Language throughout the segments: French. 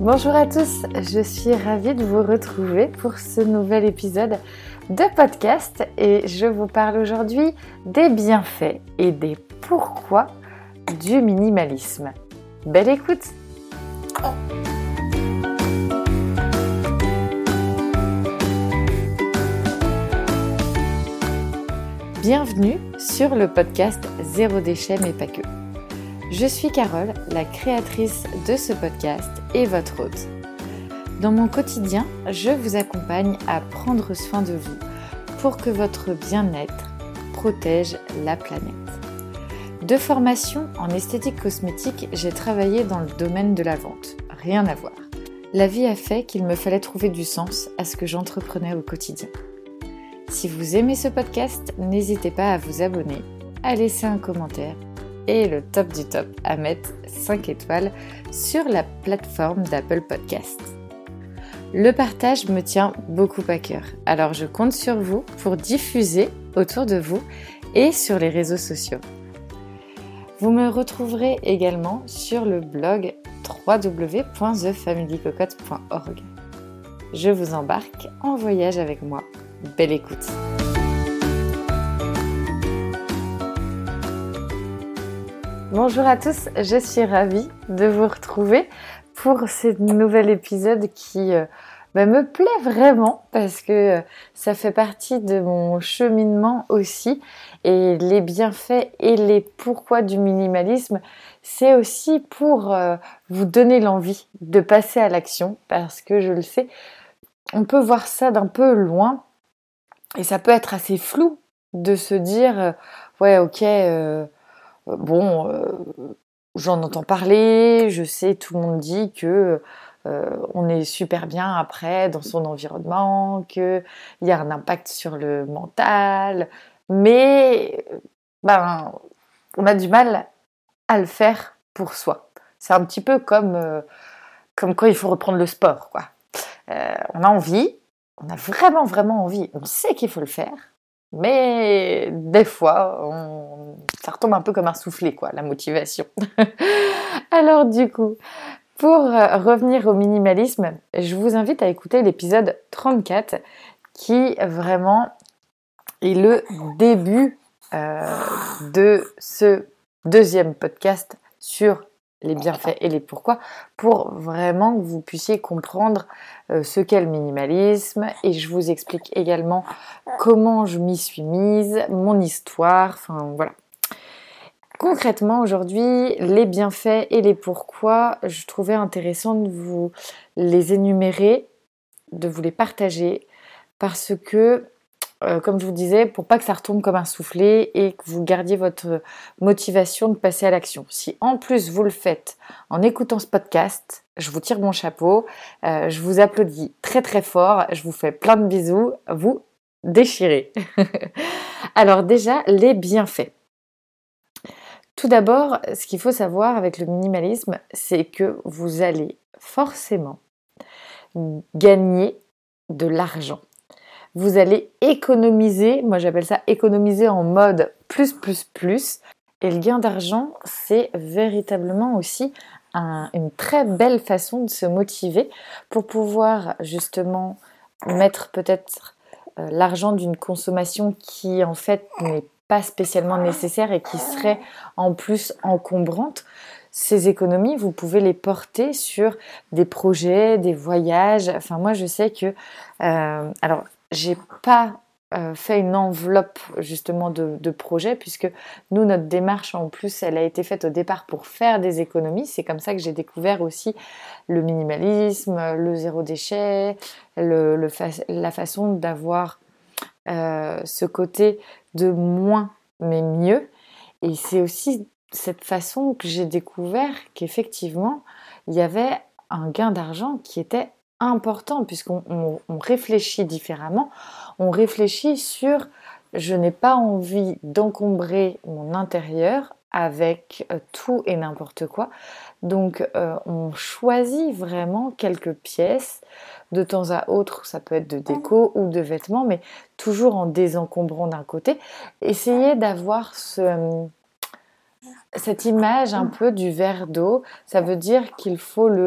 Bonjour à tous, je suis ravie de vous retrouver pour ce nouvel épisode de podcast et je vous parle aujourd'hui des bienfaits et des pourquoi du minimalisme. Belle écoute! Bienvenue sur le podcast Zéro déchet mais pas que. Je suis Carole, la créatrice de ce podcast et votre hôte. Dans mon quotidien, je vous accompagne à prendre soin de vous pour que votre bien-être protège la planète. De formation en esthétique cosmétique, j'ai travaillé dans le domaine de la vente. Rien à voir. La vie a fait qu'il me fallait trouver du sens à ce que j'entreprenais au quotidien. Si vous aimez ce podcast, n'hésitez pas à vous abonner, à laisser un commentaire et le top du top à mettre 5 étoiles sur la plateforme d'Apple Podcast. Le partage me tient beaucoup à cœur, alors je compte sur vous pour diffuser autour de vous et sur les réseaux sociaux. Vous me retrouverez également sur le blog www.thefamilycocotte.org. Je vous embarque en voyage avec moi. Belle écoute! Bonjour à tous, je suis ravie de vous retrouver pour ce nouvel épisode qui me plaît vraiment parce que ça fait partie de mon cheminement aussi et les bienfaits et les pourquoi du minimalisme, c'est aussi pour vous donner l'envie de passer à l'action parce que je le sais, on peut voir ça d'un peu loin et ça peut être assez flou de se dire ouais ok j'en entends parler, je sais, tout le monde dit que on est super bien après dans son environnement, qu'il y a un impact sur le mental, mais on a du mal à le faire pour soi. C'est un petit peu comme quand il faut reprendre le sport, quoi. On a envie, on a vraiment, vraiment envie, on sait qu'il faut le faire, mais des fois, ça retombe un peu comme un soufflet, quoi, la motivation. Alors du coup, pour revenir au minimalisme, je vous invite à écouter l'épisode 34 qui vraiment est le début de ce deuxième podcast sur les bienfaits et les pourquoi, pour vraiment que vous puissiez comprendre ce qu'est le minimalisme et je vous explique également comment je m'y suis mise, mon histoire, enfin voilà. Concrètement aujourd'hui, les bienfaits et les pourquoi, je trouvais intéressant de vous les énumérer, de vous les partager parce que comme je vous disais, pour pas que ça retombe comme un soufflet et que vous gardiez votre motivation de passer à l'action. Si en plus vous le faites en écoutant ce podcast, je vous tire mon chapeau, je vous applaudis très très fort, je vous fais plein de bisous, vous déchirez. Alors déjà, les bienfaits. Tout d'abord, ce qu'il faut savoir avec le minimalisme, c'est que vous allez forcément gagner de l'argent. Vous allez économiser, moi j'appelle ça économiser en mode plus. Et le gain d'argent, c'est véritablement aussi une très belle façon de se motiver pour pouvoir justement mettre peut-être l'argent d'une consommation qui en fait n'est pas spécialement nécessaire et qui serait en plus encombrante. Ces économies, vous pouvez les porter sur des projets, des voyages. Enfin moi je sais que alors j'ai pas fait une enveloppe justement de projets puisque nous, notre démarche en plus, elle a été faite au départ pour faire des économies. C'est comme ça que j'ai découvert aussi le minimalisme, le zéro déchet, la façon d'avoir ce côté de moins mais mieux. Et c'est aussi cette façon que j'ai découvert qu'effectivement, il y avait un gain d'argent qui était important puisqu'on réfléchit différemment. On réfléchit sur je n'ai pas envie d'encombrer mon intérieur avec tout et n'importe quoi. Donc on choisit vraiment quelques pièces. De temps à autre, ça peut être de déco ou de vêtements, mais toujours en désencombrant d'un côté. Essayez d'avoir cette image un peu du verre d'eau. Ça veut dire qu'il faut le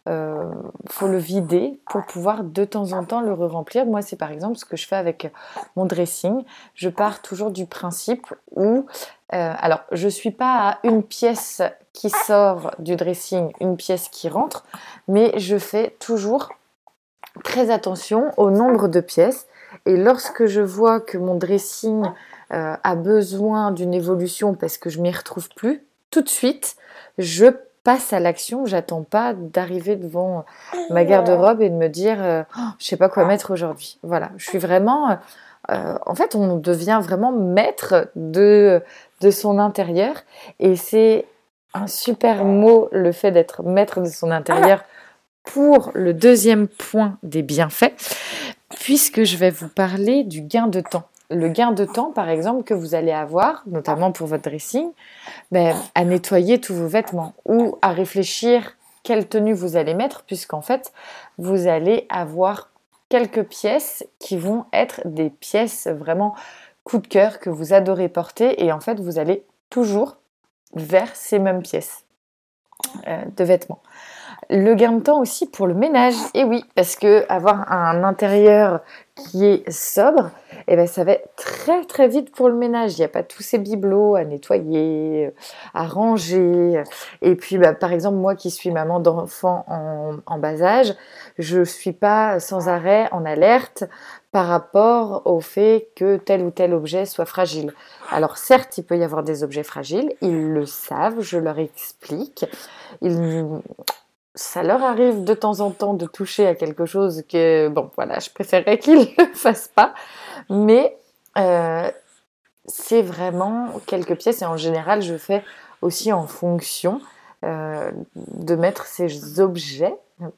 faut le vider pour pouvoir de temps en temps le re-remplir. Moi, c'est par exemple ce que je fais avec mon dressing. Je pars toujours du principe où, alors, je ne suis pas à une pièce qui sort du dressing, une pièce qui rentre, mais je fais toujours très attention au nombre de pièces. Et lorsque je vois que mon dressing a besoin d'une évolution parce que je m'y retrouve plus, tout de suite, je passe à l'action. J'attends pas d'arriver devant ma garde-robe et de me dire je sais pas quoi mettre aujourd'hui. Voilà, je suis vraiment. En fait, on devient vraiment maître de son intérieur et c'est un super mot, le fait d'être maître de son intérieur pour le deuxième point des bienfaits, puisque je vais vous parler du gain de temps. Le gain de temps, par exemple, que vous allez avoir, notamment pour votre dressing, à nettoyer tous vos vêtements ou à réfléchir quelle tenue vous allez mettre, puisqu'en fait, vous allez avoir quelques pièces qui vont être des pièces vraiment coup de cœur que vous adorez porter et en fait, vous allez toujours vers ces mêmes pièces de vêtements. Le gain de temps aussi pour le ménage, et oui, parce que avoir un intérieur qui est sobre, ça va être très très vite pour le ménage. Il n'y a pas tous ces bibelots à nettoyer, à ranger. Et puis par exemple, moi qui suis maman d'enfants en bas âge, je ne suis pas sans arrêt en alerte par rapport au fait que tel ou tel objet soit fragile. Alors certes, il peut y avoir des objets fragiles, ils le savent, je leur explique. Ça leur arrive de temps en temps de toucher à quelque chose que, je préférerais qu'ils ne le fassent pas. Mais c'est vraiment quelques pièces et en général, je fais aussi en fonction de mettre ces objets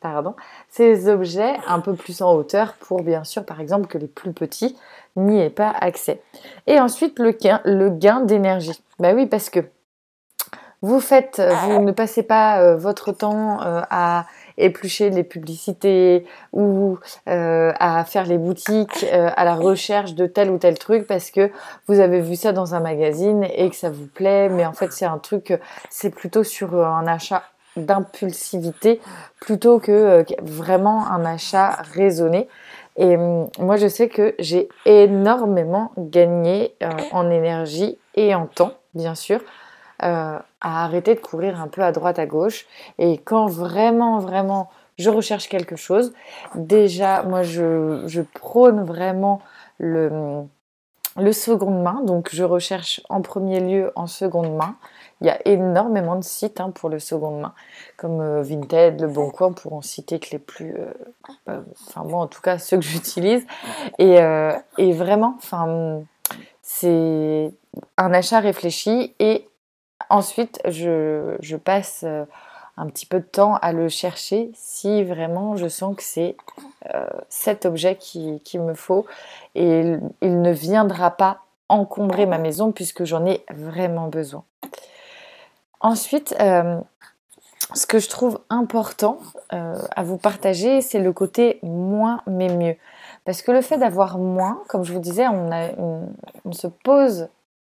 un peu plus en hauteur pour bien sûr, par exemple, que les plus petits n'y aient pas accès. Et ensuite, le gain d'énergie. Oui, parce que vous ne passez pas votre temps à éplucher les publicités ou à faire les boutiques à la recherche de tel ou tel truc parce que vous avez vu ça dans un magazine et que ça vous plaît, mais en fait c'est plutôt sur un achat d'impulsivité plutôt que vraiment un achat raisonné. Et moi, je sais que j'ai énormément gagné en énergie et en temps, bien sûr, à arrêter de courir un peu à droite à gauche et quand vraiment je recherche quelque chose, déjà moi je prône vraiment le seconde main, donc je recherche en premier lieu en seconde main. Il y a énormément de sites pour le seconde main comme Vinted, Le Bon Coin pour en citer que les plus moi en tout cas ceux que j'utilise et vraiment c'est un achat réfléchi et ensuite, je passe un petit peu de temps à le chercher si vraiment je sens que c'est cet objet qu'il me faut et il ne viendra pas encombrer ma maison puisque j'en ai vraiment besoin. Ensuite, ce que je trouve important à vous partager, c'est le côté moins mais mieux. Parce que le fait d'avoir moins, comme je vous disais, on se pose,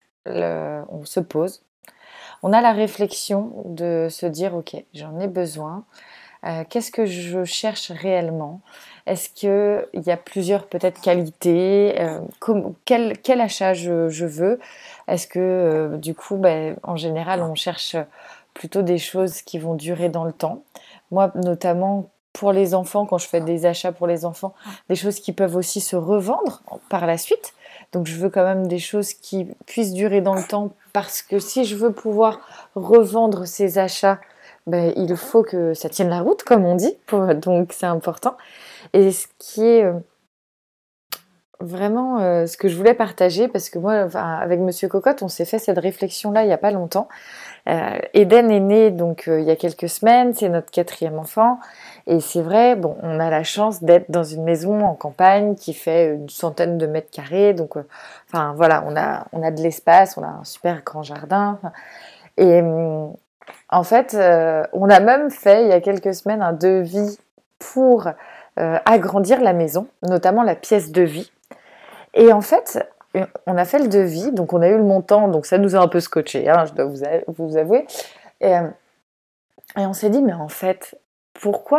on a la réflexion de se dire ok, j'en ai besoin, qu'est-ce que je cherche réellement, est-ce qu'il y a plusieurs peut-être qualités, quel achat je veux, est-ce que du coup en général on cherche plutôt des choses qui vont durer dans le temps. Moi notamment pour les enfants, quand je fais des achats pour les enfants, des choses qui peuvent aussi se revendre par la suite. Donc je veux quand même des choses qui puissent durer dans le temps parce que si je veux pouvoir revendre ces achats, il faut que ça tienne la route comme on dit, donc c'est important. Et ce qui est vraiment ce que je voulais partager, parce que moi avec Monsieur Cocotte, on s'est fait cette réflexion-là il n'y a pas longtemps. Eden est né donc il y a quelques semaines, c'est notre 4e enfant et c'est vrai, on a la chance d'être dans une maison en campagne qui fait une centaine de mètres carrés, donc voilà, on a de l'espace, on a un super grand jardin et en fait on a même fait il y a quelques semaines un devis pour agrandir la maison, notamment la pièce de vie et en fait on a fait le devis, donc on a eu le montant, donc ça nous a un peu scotché, je dois vous avouer. Et on s'est dit, mais en fait, pourquoi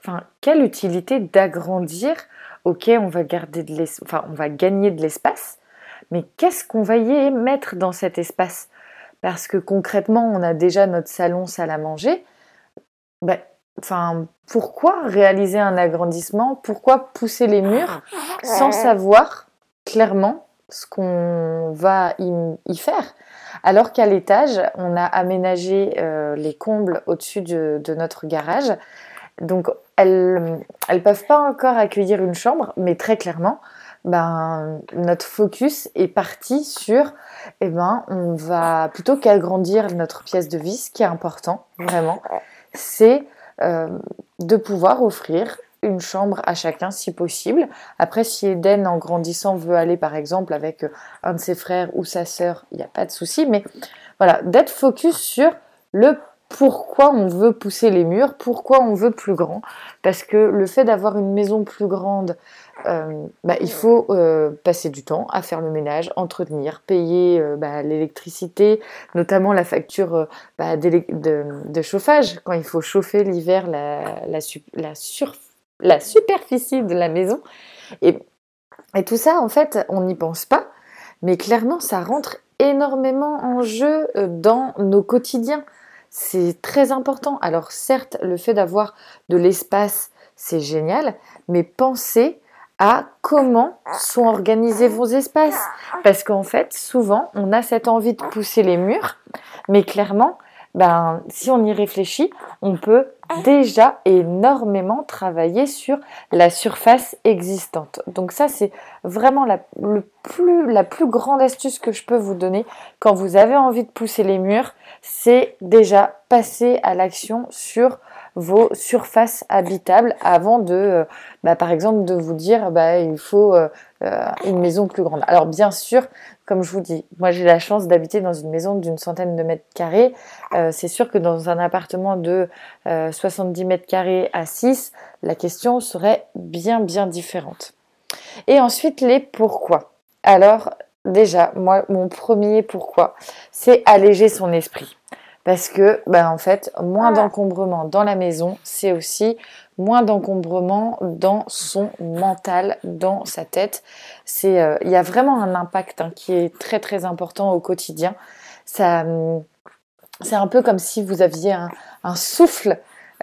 enfin, quelle utilité d'agrandir? Ok, on va on va gagner de l'espace, mais qu'est-ce qu'on va y mettre dans cet espace? Parce que concrètement, on a déjà notre salon salle à manger. Ben, enfin, pourquoi réaliser un agrandissement? Pourquoi pousser les murs sans savoir clairement ce qu'on va y faire? Alors qu'à l'étage, on a aménagé les combles au-dessus de notre garage. Donc, elles peuvent pas encore accueillir une chambre, mais très clairement, ben, notre focus est parti sur, eh ben, on va plutôt qu'agrandir notre pièce de vie, ce qui est important, vraiment, c'est euh, de pouvoir offrir une chambre à chacun si possible. Après, si Eden, en grandissant, veut aller par exemple avec un de ses frères ou sa sœur, il n'y a pas de souci. Mais voilà, d'être focus sur le pourquoi on veut pousser les murs, pourquoi on veut plus grand. Parce que le fait d'avoir une maison plus grande, il faut passer du temps à faire le ménage, entretenir, payer l'électricité, notamment la facture de chauffage, quand il faut chauffer l'hiver la superficie de la maison. Et, et tout ça, en fait, on n'y pense pas, mais clairement, ça rentre énormément en jeu dans nos quotidiens. C'est très important. Alors certes, le fait d'avoir de l'espace, c'est génial, mais pensez à comment sont organisés vos espaces. Parce qu'en fait, souvent, on a cette envie de pousser les murs, mais clairement, si on y réfléchit, on peut déjà énormément travailler sur la surface existante. Donc ça, c'est vraiment la plus grande astuce que je peux vous donner quand vous avez envie de pousser les murs, c'est déjà passer à l'action sur vos surfaces habitables avant de, par exemple, de vous dire il faut une maison plus grande. Alors bien sûr, comme je vous dis, moi j'ai la chance d'habiter dans une maison d'une centaine de mètres carrés. C'est sûr que dans un appartement de 70 mètres carrés à 6, la question serait bien différente. Et ensuite les pourquoi. Alors déjà, moi mon premier pourquoi, c'est alléger son esprit. Parce que, en fait, moins d'encombrement dans la maison, c'est aussi moins d'encombrement dans son mental, dans sa tête. Il y a vraiment un impact qui est très très important au quotidien. Ça, c'est un peu comme si vous aviez un souffle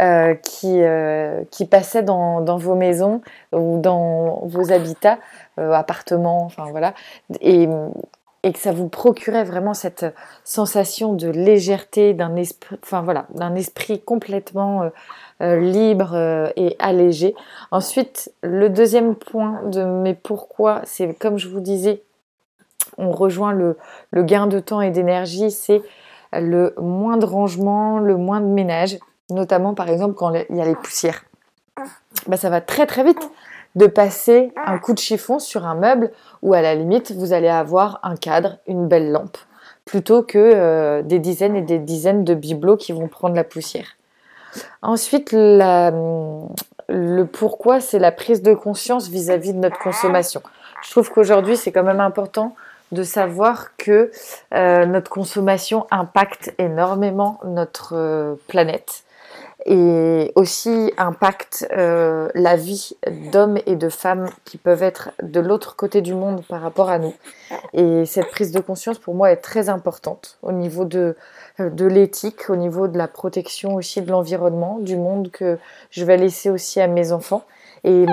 qui passait dans vos maisons ou dans vos habitats, appartements, enfin voilà, et que ça vous procurait vraiment cette sensation de légèreté, d'un esprit complètement libre et allégé. Ensuite, le deuxième point de mes pourquoi, c'est comme je vous disais, on rejoint le gain de temps et d'énergie, c'est le moins de rangement, le moins de ménage, notamment par exemple quand il y a les poussières. Ça va très très vite de passer un coup de chiffon sur un meuble où à la limite vous allez avoir un cadre, une belle lampe, plutôt que des dizaines et des dizaines de bibelots qui vont prendre la poussière. Ensuite, le pourquoi, c'est la prise de conscience vis-à-vis de notre consommation. Je trouve qu'aujourd'hui, c'est quand même important de savoir que notre consommation impacte énormément notre planète et aussi impacte la vie d'hommes et de femmes qui peuvent être de l'autre côté du monde par rapport à nous. Et cette prise de conscience, pour moi, est très importante au niveau de l'éthique, au niveau de la protection aussi de l'environnement, du monde que je vais laisser aussi à mes enfants. Et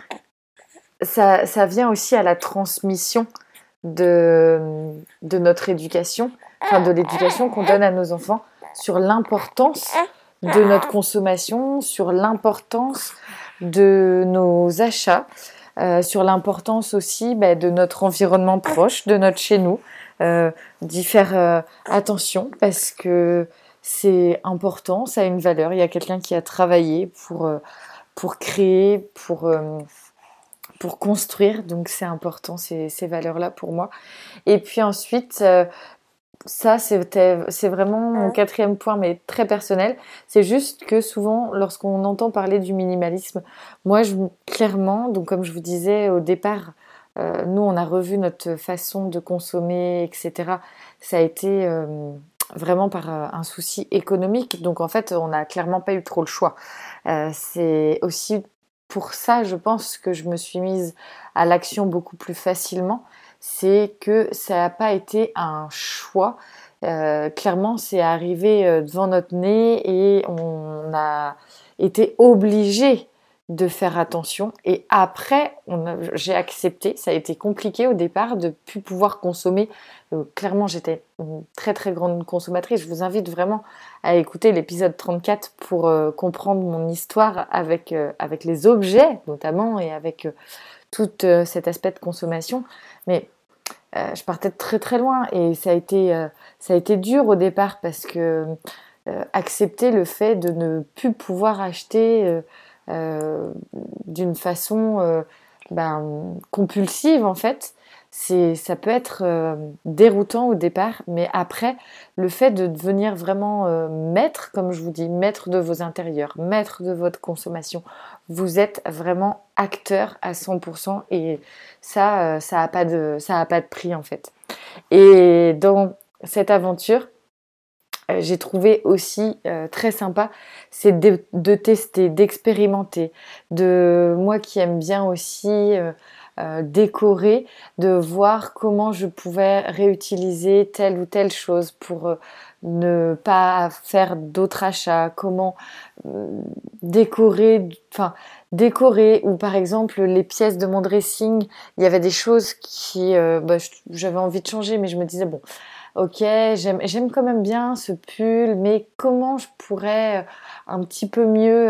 ça vient aussi à la transmission de notre éducation, de l'éducation qu'on donne à nos enfants sur l'importance de notre consommation, sur l'importance de nos achats, sur l'importance aussi de notre environnement proche, de notre chez nous, d'y faire attention parce que c'est important, ça a une valeur. Il y a quelqu'un qui a travaillé pour créer, pour construire, donc c'est important ces valeurs-là pour moi. Et puis ensuite, ça c'est vraiment mon quatrième point, mais très personnel. C'est juste que souvent, lorsqu'on entend parler du minimalisme, moi clairement, donc comme je vous disais au départ, nous on a revu notre façon de consommer, etc. Ça a été vraiment par un souci économique. Donc en fait, on n'a clairement pas eu trop le choix. C'est aussi pour ça, je pense, que je me suis mise à l'action beaucoup plus facilement. C'est que ça n'a pas été un choix. Clairement, c'est arrivé devant notre nez et on a été obligé de faire attention. Et après, j'ai accepté. Ça a été compliqué au départ de ne plus pouvoir consommer. Clairement, j'étais une très très grande consommatrice. Je vous invite vraiment à écouter l'épisode 34 pour comprendre mon histoire avec les objets notamment et avec tout cet aspect de consommation. Mais je partais de très très loin et ça a été dur au départ parce que accepter le fait de ne plus pouvoir acheter d'une façon compulsive en fait, ça peut être déroutant au départ, mais après le fait de devenir vraiment maître, comme je vous dis, maître de vos intérieurs, maître de votre consommation, vous êtes vraiment acteur à 100% et ça a pas de prix en fait. Et dans cette aventure, j'ai trouvé aussi très sympa, c'est de tester, d'expérimenter, moi qui aime bien aussi décorer, de voir comment je pouvais réutiliser telle ou telle chose pour ne pas faire d'autres achats, comment décorer, ou par exemple les pièces de mon dressing, il y avait des choses qui j'avais envie de changer, mais je me disais bon, ok, j'aime quand même bien ce pull, mais comment je pourrais un petit peu mieux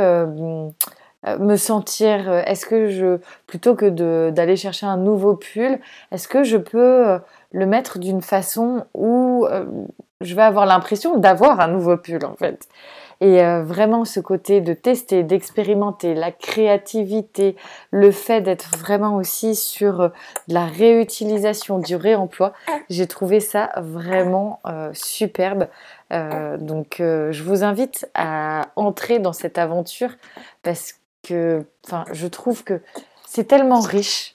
me sentir, est-ce que plutôt que d'aller chercher un nouveau pull, est-ce que je peux le mettre d'une façon où je vais avoir l'impression d'avoir un nouveau pull en fait. Et vraiment ce côté de tester, d'expérimenter, la créativité, le fait d'être vraiment aussi sur de la réutilisation, du réemploi, j'ai trouvé ça vraiment superbe. Donc je vous invite à entrer dans cette aventure parce que je trouve que c'est tellement riche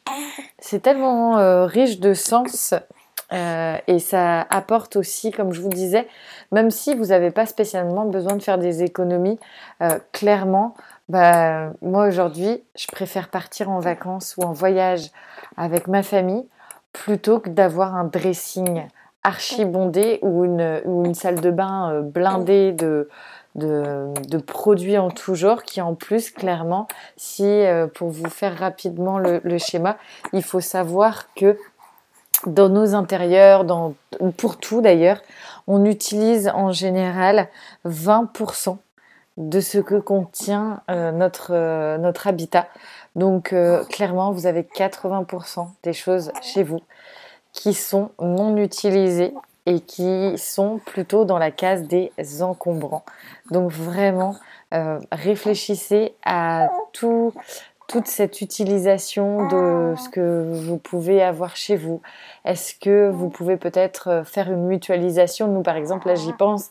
de sens et ça apporte aussi, comme je vous disais, même si vous n'avez pas spécialement besoin de faire des économies, clairement, moi aujourd'hui, je préfère partir en vacances ou en voyage avec ma famille plutôt que d'avoir un dressing archi bondé ou une salle de bain blindée de produits en tout genre qui en plus clairement, si pour vous faire rapidement le schéma, il faut savoir que dans nos intérieurs, pour tout d'ailleurs, on utilise en général 20% de ce que contient notre habitat. Donc clairement, vous avez 80% des choses chez vous qui sont non utilisées et qui sont plutôt dans la case des encombrants. Donc vraiment, réfléchissez à toute cette utilisation de ce que vous pouvez avoir chez vous. Est-ce que vous pouvez peut-être faire une mutualisation? Nous, par exemple, là, j'y pense.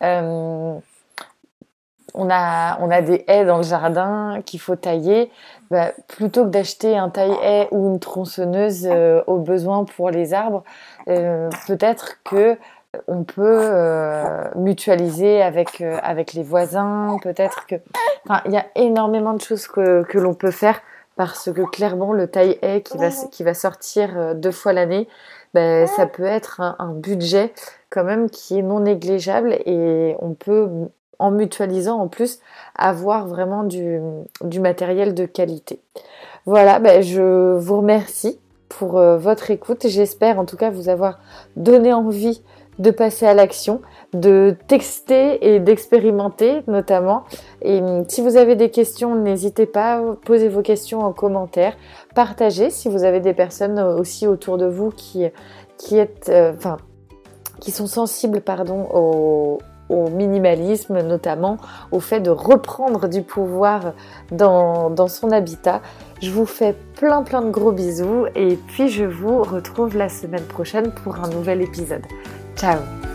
On a des haies dans le jardin qu'il faut tailler. Plutôt que d'acheter un taille-haie ou une tronçonneuse au besoin pour les arbres, peut-être que on peut mutualiser avec les voisins. Peut-être que, il y a énormément de choses que l'on peut faire parce que clairement le taille-haie qui va sortir 2 fois l'année, ça peut être un budget quand même qui est non négligeable et on peut en mutualisant en plus avoir vraiment du matériel de qualité. Voilà, je vous remercie pour votre écoute. J'espère en tout cas vous avoir donné envie de passer à l'action, de tester et d'expérimenter notamment. Et si vous avez des questions, n'hésitez pas, posez vos questions en commentaire, partagez si vous avez des personnes aussi autour de vous qui sont sensibles au minimalisme, notamment au fait de reprendre du pouvoir dans son habitat. Je vous fais plein de gros bisous et puis je vous retrouve la semaine prochaine pour un nouvel épisode. Ciao!